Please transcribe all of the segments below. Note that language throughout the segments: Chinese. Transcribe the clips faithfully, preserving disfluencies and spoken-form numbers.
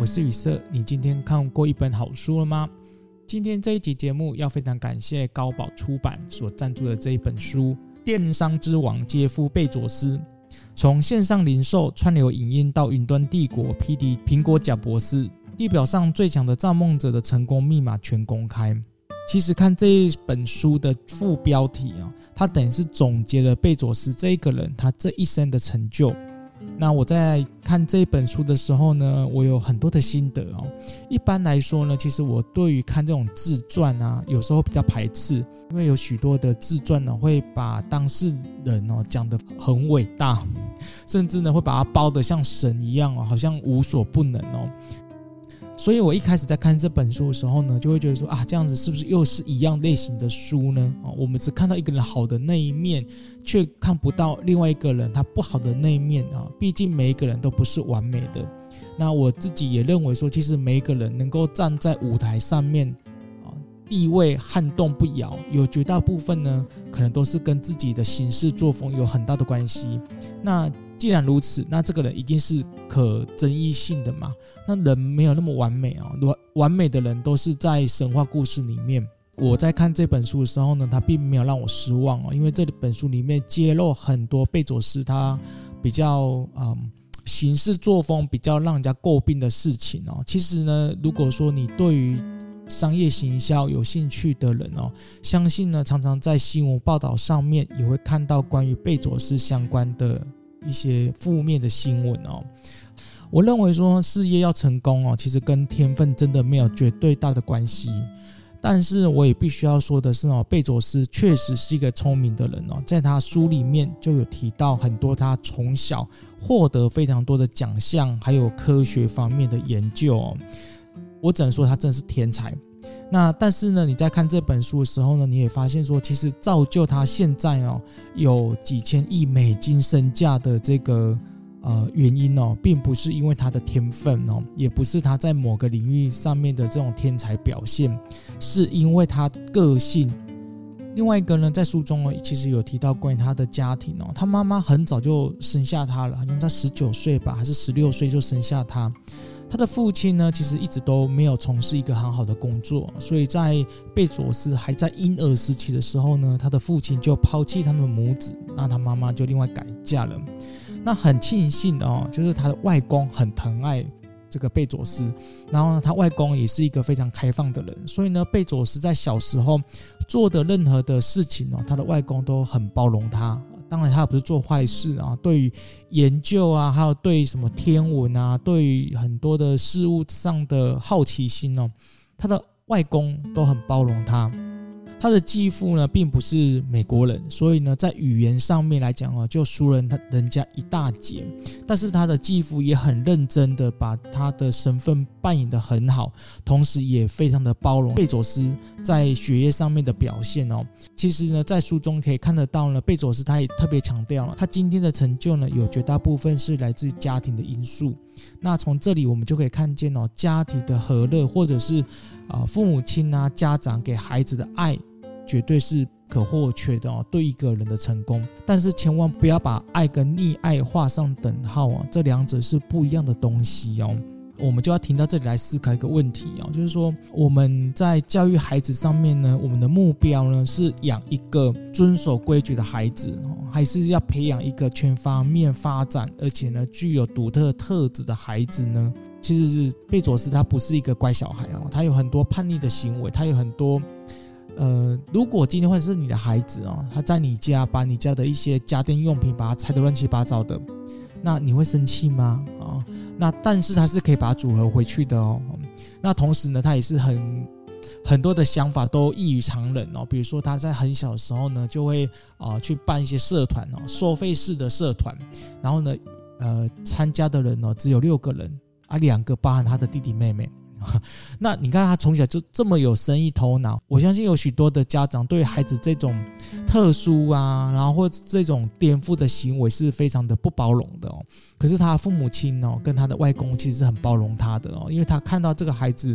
我是宇色。你今天看过一本好书了吗？今天这一集节目要非常感谢高宝出版所赞助的这一本书《电商之王杰夫·贝佐斯》，从线上零售、串流影音到云端帝国匹敌苹果贾伯斯，地表上最强的造梦者的成功密码全公开。其实看这一本书的副标题啊，它等于是总结了贝佐斯这一个人他这一生的成就。那我在看这本书的时候呢，我有很多的心得哦。一般来说呢，其实我对于看这种自传啊，有时候比较排斥，因为有许多的自传呢，会把当事人哦讲得很伟大，甚至呢会把它包得像神一样哦，好像无所不能哦。所以我一开始在看这本书的时候呢，就会觉得说啊，这样子是不是又是一样类型的书呢？哦，我们只看到一个人好的那一面，却看不到另外一个人他不好的那一面啊。毕竟每一个人都不是完美的。那我自己也认为说，其实每一个人能够站在舞台上面啊，地位撼动不摇，有绝大部分呢，可能都是跟自己的行事作风有很大的关系。那既然如此，那这个人一定是可争议性的嘛？那人没有那么完美啊，完美的人都是在神话故事里面。我在看这本书的时候呢，他并没有让我失望哦，因为这本书里面揭露很多贝佐斯他比较嗯行事作风比较让人家诟病的事情哦。其实呢，如果说你对于商业行销有兴趣的人哦，相信呢常常在新闻报道上面也会看到关于贝佐斯相关的一些负面的新闻哦。我认为说事业要成功哦，其实跟天分真的没有绝对大的关系。但是我也必须要说的是哦，贝佐斯确实是一个聪明的人哦，在他书里面就有提到很多他从小获得非常多的奖项，还有科学方面的研究哦。我只能说他真的是天才。那但是呢，你在看这本书的时候呢，你也发现说，其实造就他现在哦有几千亿美金身价的这个呃原因哦，并不是因为他的天分哦，也不是他在某个领域上面的这种天才表现，是因为他的个性。另外一个呢，在书中其实有提到关于他的家庭哦，他妈妈很早就生下他了，好像在十九岁吧，还是十六岁就生下他。他的父亲呢，其实一直都没有从事一个很好的工作，所以在贝佐斯还在婴儿时期的时候呢，他的父亲就抛弃他们母子，那他妈妈就另外改嫁了。那很庆幸的哦，就是他的外公很疼爱这个贝佐斯，然后呢，他外公也是一个非常开放的人，所以呢，贝佐斯在小时候做的任何的事情哦，他的外公都很包容他。当然他也不是做坏事啊，对于研究啊，还有对什么天文啊，对于很多的事物上的好奇心哦，他的外公都很包容他。他的继父呢，并不是美国人，所以呢，在语言上面来讲哦，就输了人家一大截。但是他的继父也很认真的把他的身份扮演得很好，同时也非常的包容贝佐斯在学业上面的表现哦。其实呢，在书中可以看得到呢，贝佐斯他也特别强调了，他今天的成就呢，有绝大部分是来自家庭的因素。那从这里我们就可以看见哦，家庭的和乐，或者是呃父母亲啊、家长给孩子的爱，绝对是可或缺的哦，对一个人的成功。但是千万不要把爱跟溺爱画上等号啊，这两者是不一样的东西哦。我们就要停到这里来思考一个问题哦，就是说我们在教育孩子上面呢，我们的目标呢是养一个遵守规矩的孩子，还是要培养一个全方面发展而且呢具有独特特质的孩子呢？其实贝佐斯他不是一个乖小孩哦，他有很多叛逆的行为，他有很多呃，如果今天换是你的孩子哦，他在你家把你家的一些家电用品把它拆得乱七八糟的，那你会生气吗？哦，那但是他是可以把它组合回去的哦。那同时呢，他也是很很多的想法都异于常人哦。比如说他在很小的时候呢，就会啊、呃、去办一些社团哦，收费式的社团，然后呢，呃，参加的人哦只有六个人啊，两个包含他的弟弟妹妹。那你看他从小就这么有生意头脑，我相信有许多的家长对孩子这种特殊啊，然后或这种颠覆的行为是非常的不包容的哦。可是他的父母亲哦，跟他的外公其实是很包容他的哦，因为他看到这个孩子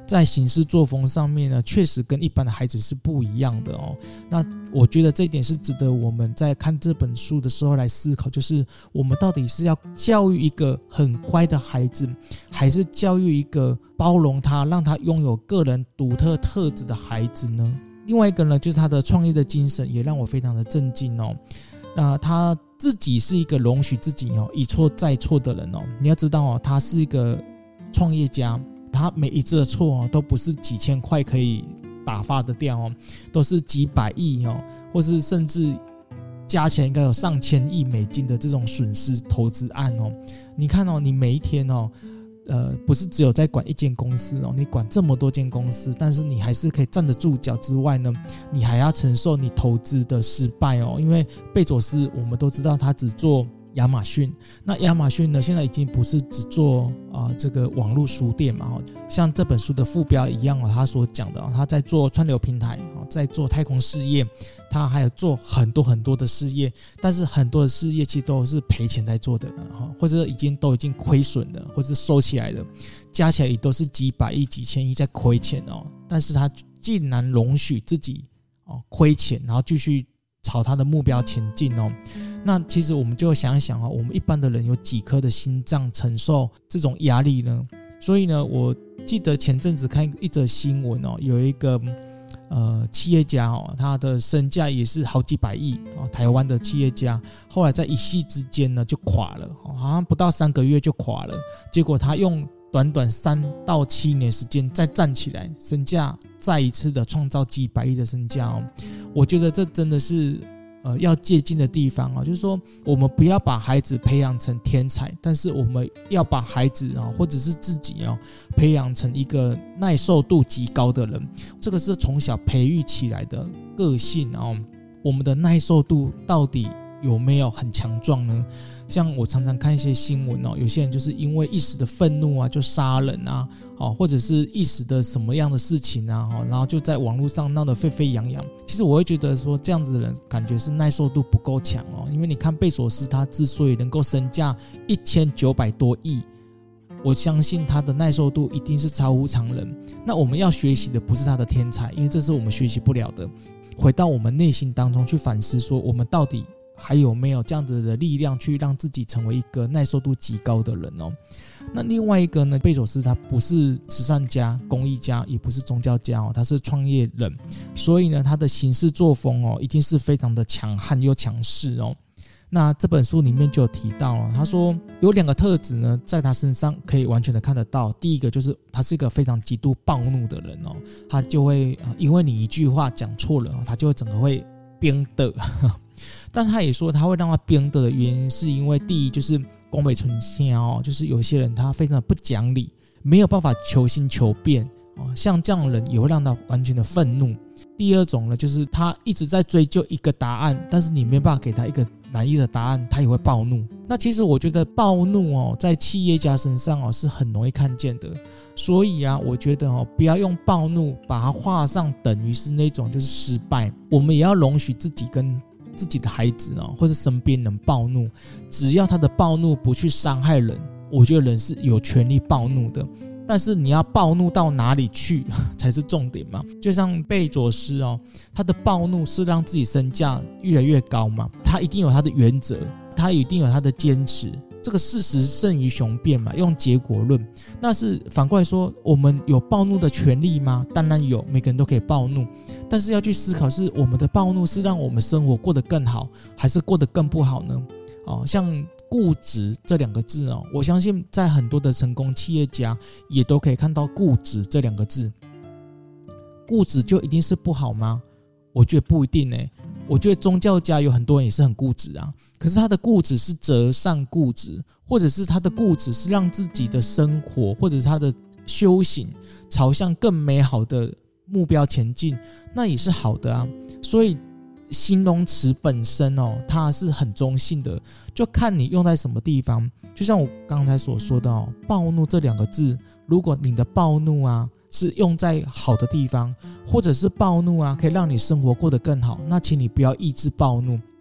在行事作风上面呢，确实跟一般的孩子是不一样的哦。那我觉得这一点是值得我们在看这本书的时候来思考，就是我们到底是要教育一个很乖的孩子，还是教育一个包容他，让他拥有个人独特特质的孩子呢？另外一个呢，就是他的创业的精神也让我非常的震惊哦。那他自己是一个容许自己哦一错再错的人哦。你要知道哦，他是一个创业家。他每一次的错哦，都不是几千块可以打发得掉哦，都是几百亿哦，或是甚至加起来应该有上千亿美金的这种损失投资案哦。你看哦，你每一天哦，呃，不是只有在管一间公司哦，你管这么多间公司，但是你还是可以站得住脚之外呢，你还要承受你投资的失败哦。因为贝佐斯我们都知道他只做亚马逊，那亚马逊呢，现在已经不是只做啊、呃、这个网络书店嘛，像这本书的副标一样哦，他所讲的，他在做串流平台，在做太空事业，他还有做很多很多的事业，但是很多的事业其实都是赔钱在做的，或者已经都已经亏损了，或者收起来了，加起来也都是几百亿、几千亿在亏钱哦。但是他竟然容许自己哦亏钱，然后继续朝他的目标前进哦。那其实我们就想一想哦，我们一般的人有几颗的心脏承受这种压力呢？所以呢，我记得前阵子看一则新闻哦，有一个呃企业家哦，他的身价也是好几百亿哦，台湾的企业家，后来在一夕之间呢就垮了，好像不到三个月就垮了。结果他用短短三到七年时间再站起来，身价再一次的创造几百亿的身价哦。我觉得这真的是呃要借鉴的地方啊，就是说我们不要把孩子培养成天才，但是我们要把孩子啊或者是自己啊培养成一个耐受度极高的人。这个是从小培育起来的个性啊。我们的耐受度到底有没有很强壮呢？像我常常看一些新闻哦，有些人就是因为一时的愤怒啊就杀人啊，或者是一时的什么样的事情啊，然后就在网络上闹得沸沸扬扬。其实我会觉得说这样子的人感觉是耐受度不够强哦，因为你看贝佐斯他之所以能够身价一千九百多亿，我相信他的耐受度一定是超乎常人。那我们要学习的不是他的天才，因为这是我们学习不了的。回到我们内心当中去反思说，我们到底还有没有这样子的力量去让自己成为一个耐受度极高的人哦？那另外一个呢，贝佐斯他不是慈善家、公益家，也不是宗教家哦，他是创业人，所以呢，他的行事作风哦，一定是非常的强悍又强势哦。那这本书里面就有提到了，他说有两个特质呢，在他身上可以完全的看得到。第一个就是他是一个非常极度暴怒的人哦，他就会因为你一句话讲错了，他就会整个会变的。但他也说他会让他变的的原因是因为第一就是宫北纯香哦，就是有些人他非常的不讲理，没有办法求新求变哦，像这样的人也会让他完全的愤怒。第二种呢，就是他一直在追究一个答案，但是你没办法给他一个满意的答案，他也会暴怒。那其实我觉得暴怒哦，在企业家身上哦是很容易看见的，所以啊，我觉得哦，不要用暴怒把它画上等于是那种就是失败。我们也要容许自己跟自己的孩子哦，或是身边人暴怒，只要他的暴怒不去伤害人，我觉得人是有权利暴怒的。但是你要暴怒到哪里去才是重点嘛？就像贝佐斯哦，他的暴怒是让自己身价越来越高嘛，他一定有他的原则，他一定有他的坚持。这个事实胜于雄辩嘛，用结果论。那是反过来说，我们有暴怒的权利吗？当然有，每个人都可以暴怒，但是要去思考是我们的暴怒是让我们生活过得更好，还是过得更不好呢？哦，像固执这两个字哦，我相信在很多的成功企业家也都可以看到固执这两个字。固执就一定是不好吗？我觉得不一定耶。我觉得宗教家有很多人也是很固执啊，可是他的固执是择善固执，或者是他的固执是让自己的生活或者是他的修行朝向更美好的目标前进，那也是好的啊。所以形容词本身哦，它是很中性的，就看你用在什么地方。就像我刚才所说的哦，暴怒这两个字，如果你的暴怒啊是用在好的地方，或者是暴怒啊可以让你生活过得更好，那请你不要抑制暴怒。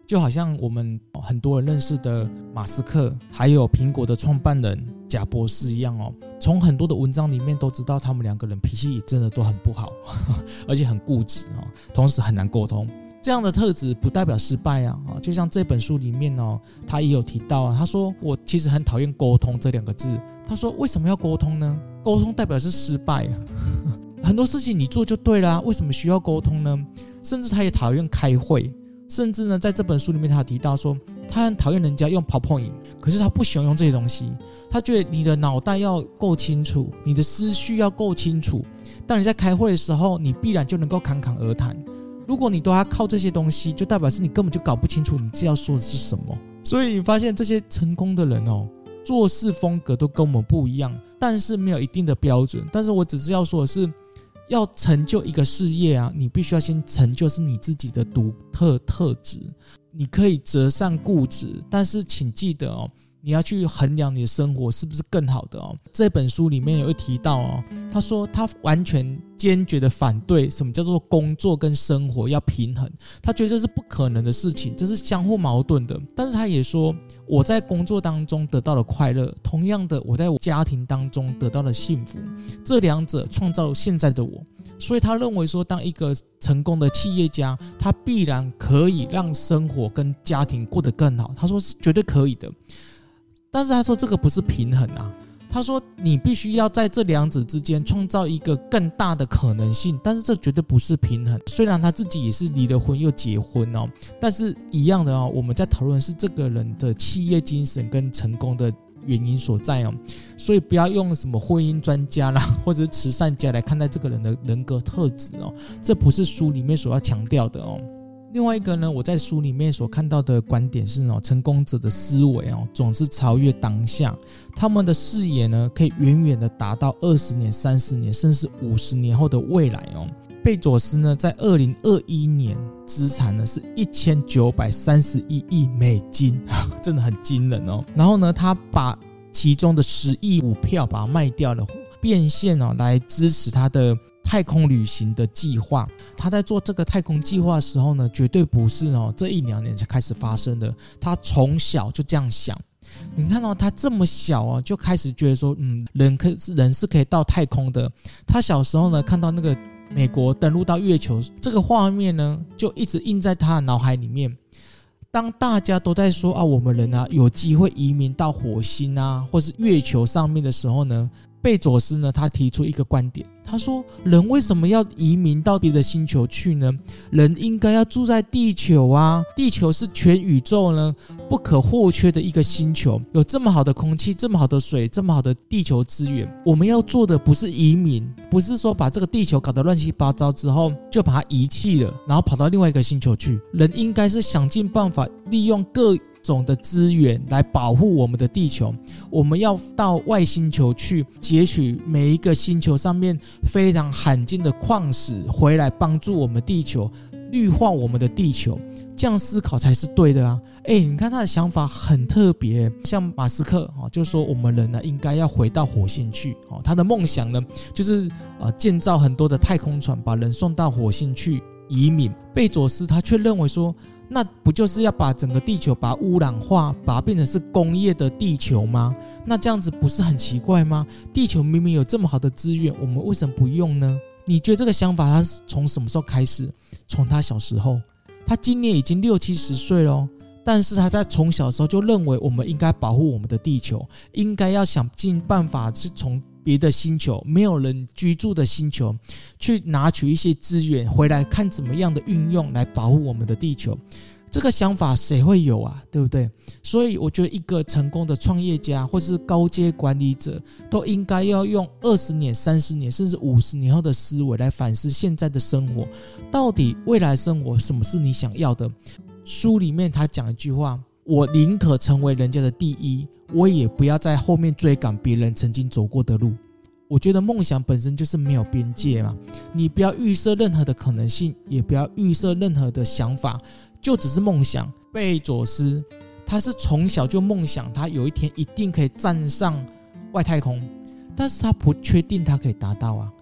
就好像我们很多人认识的马斯克，还有苹果的创办人贾博士一样哦。从很多的文章里面都知道，他们两个人脾气真的都很不好，而且很固执哦，同时很难沟通。这样的特质不代表失败啊！就像这本书里面哦，他也有提到啊，他说我其实很讨厌沟通这两个字。他说为什么要沟通呢？沟通代表是失败，很多事情你做就对了啊，为什么需要沟通呢？甚至他也讨厌开会，甚至呢，在这本书里面他有提到说，他很讨厌人家用 PowerPoint， 可是他不喜欢用这些东西。他觉得你的脑袋要够清楚，你的思绪要够清楚。当你在开会的时候，你必然就能够侃侃而谈。如果你都要靠这些东西，就代表是你根本就搞不清楚你自己要说的是什么。所以你发现这些成功的人哦，做事风格都跟我们不一样，但是没有一定的标准。但是我只是要说的是，要成就一个事业啊，你必须要先成就是你自己的独特特质。你可以择善固执，但是请记得哦，你要去衡量你的生活是不是更好的哦。这本书里面有提到哦，他说他完全坚决的反对什么叫做工作跟生活要平衡，他觉得这是不可能的事情，这是相互矛盾的。但是他也说，我在工作当中得到了快乐，同样的我在我家庭当中得到了幸福，这两者创造现在的我。所以他认为说，当一个成功的企业家，他必然可以让生活跟家庭过得更好，他说是绝对可以的。但是他说这个不是平衡啊，他说你必须要在这两者之间创造一个更大的可能性，但是这绝对不是平衡。虽然他自己也是离了婚又结婚哦，但是一样的哦，我们在讨论是这个人的企业精神跟成功的原因所在哦。所以不要用什么婚姻专家啦，或者是慈善家来看待这个人的人格特质哦，这不是书里面所要强调的哦。另外一个呢，我在书里面所看到的观点是哦，成功者的思维哦，总是超越当下，他们的视野呢，可以远远的达到二十年、三十年，甚至五十年后的未来哦。贝佐斯呢，在二零二一年资产呢是一千九百三十一亿美金，真的很惊人哦。然后呢，他把其中的十亿股票把它卖掉了，变现哦，来支持他的太空旅行的计划。他在做这个太空计划的时候呢，绝对不是哦这一两年才开始发生的，他从小就这样想。你看到、哦、他这么小哦，就开始觉得说，嗯，人可人是可以到太空的。他小时候呢，看到那个美国登陆到月球这个画面呢，就一直印在他的脑海里面。当大家都在说啊，我们人啊有机会移民到火星啊，或是月球上面的时候呢，贝佐斯呢，他提出一个观点，他说：人为什么要移民到别的星球去呢？人应该要住在地球啊！地球是全宇宙呢不可或缺的一个星球，有这么好的空气，这么好的水，这么好的地球资源。我们要做的不是移民，不是说把这个地球搞得乱七八糟之后就把它遗弃了，然后跑到另外一个星球去。人应该是想尽办法利用各种的资源来保护我们的地球。我们要到外星球去截取每一个星球上面非常罕见的矿石回来，帮助我们地球绿化我们的地球。这样思考才是对的啊！哎，你看他的想法很特别，像马斯克哦，就说我们人呢应该要回到火星去哦。他的梦想呢，就是呃建造很多的太空船，把人送到火星去移民。贝佐斯他却认为说，那不就是要把整个地球把它污染化，把它变成是工业的地球吗？那这样子不是很奇怪吗？地球明明有这么好的资源，我们为什么不用呢？你觉得这个想法他是从什么时候开始？从他小时候，他今年已经六七十岁了，但是他在从小的时候就认为我们应该保护我们的地球，应该要想尽办法是从别的星球没有人居住的星球去拿取一些资源回来，看怎么样的运用来保护我们的地球。这个想法谁会有啊？对不对？所以我觉得一个成功的创业家或是高阶管理者都应该要用二十年、三十年甚至五十年后的思维来反思现在的生活，到底未来生活什么是你想要的。书里面他讲一句话，我宁可成为人家的第一，我也不要在后面追赶别人曾经走过的路。我觉得梦想本身就是没有边界嘛，你不要预设任何的可能性，也不要预设任何的想法，就只是梦想。贝佐斯他是从小就梦想他有一天一定可以站上外太空，但是他不确定他可以达到啊。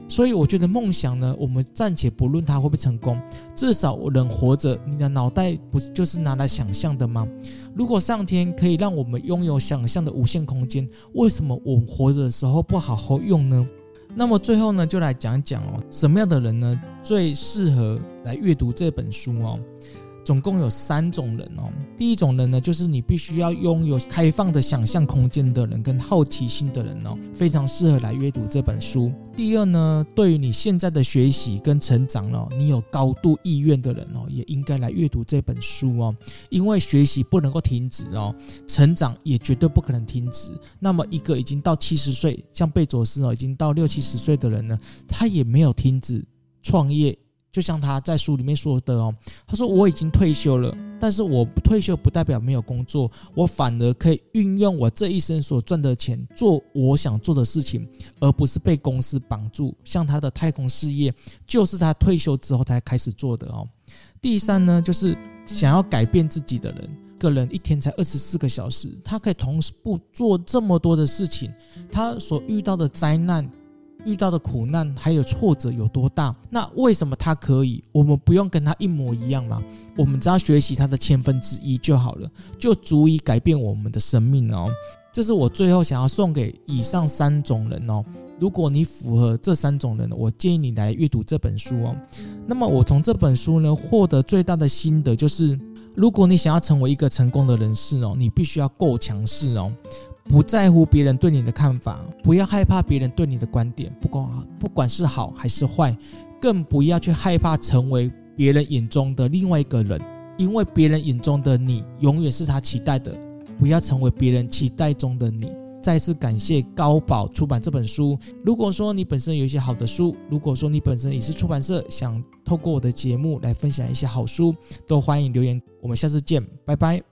所以我觉得梦想呢，我们暂且不论它会不会成功，至少人活着，你的脑袋不就是拿来想象的吗？如果上天可以让我们拥有想象的无限空间，为什么我们活着的时候不好好用呢？那么最后呢，就来讲讲哦，什么样的人呢最适合来阅读这本书哦？总共有三种人哦。第一种人呢，就是你必须要拥有开放的想象空间的人跟好奇心的人哦，非常适合来阅读这本书。第二呢，对于你现在的学习跟成长哦，你有高度意愿的人哦，也应该来阅读这本书哦。因为学习不能够停止哦，成长也绝对不可能停止。那么一个已经到七十岁，像贝佐斯哦，已经到六七十岁的人呢，他也没有停止创业。就像他在书里面说的哦，他说我已经退休了，但是我退休不代表没有工作，我反而可以运用我这一生所赚的钱做我想做的事情，而不是被公司绑住。像他的太空事业就是他退休之后才开始做的哦。第三呢，就是想要改变自己的人，个人一天才二十四个小时，他可以同时不做这么多的事情，他所遇到的灾难遇到的苦难还有挫折有多大？那为什么他可以？我们不用跟他一模一样嘛？我们只要学习他的千分之一就好了，就足以改变我们的生命哦。这是我最后想要送给以上三种人哦。如果你符合这三种人，我建议你来阅读这本书哦。那么我从这本书呢获得最大的心得就是，如果你想要成为一个成功的人士哦，你必须要够强势哦。不在乎别人对你的看法，不要害怕别人对你的观点，不管不管是好还是坏，更不要去害怕成为别人眼中的另外一个人，因为别人眼中的你永远是他期待的，不要成为别人期待中的你。再次感谢高宝出版这本书。如果说你本身有一些好的书，如果说你本身也是出版社，想透过我的节目来分享一些好书，都欢迎留言。我们下次见，拜拜。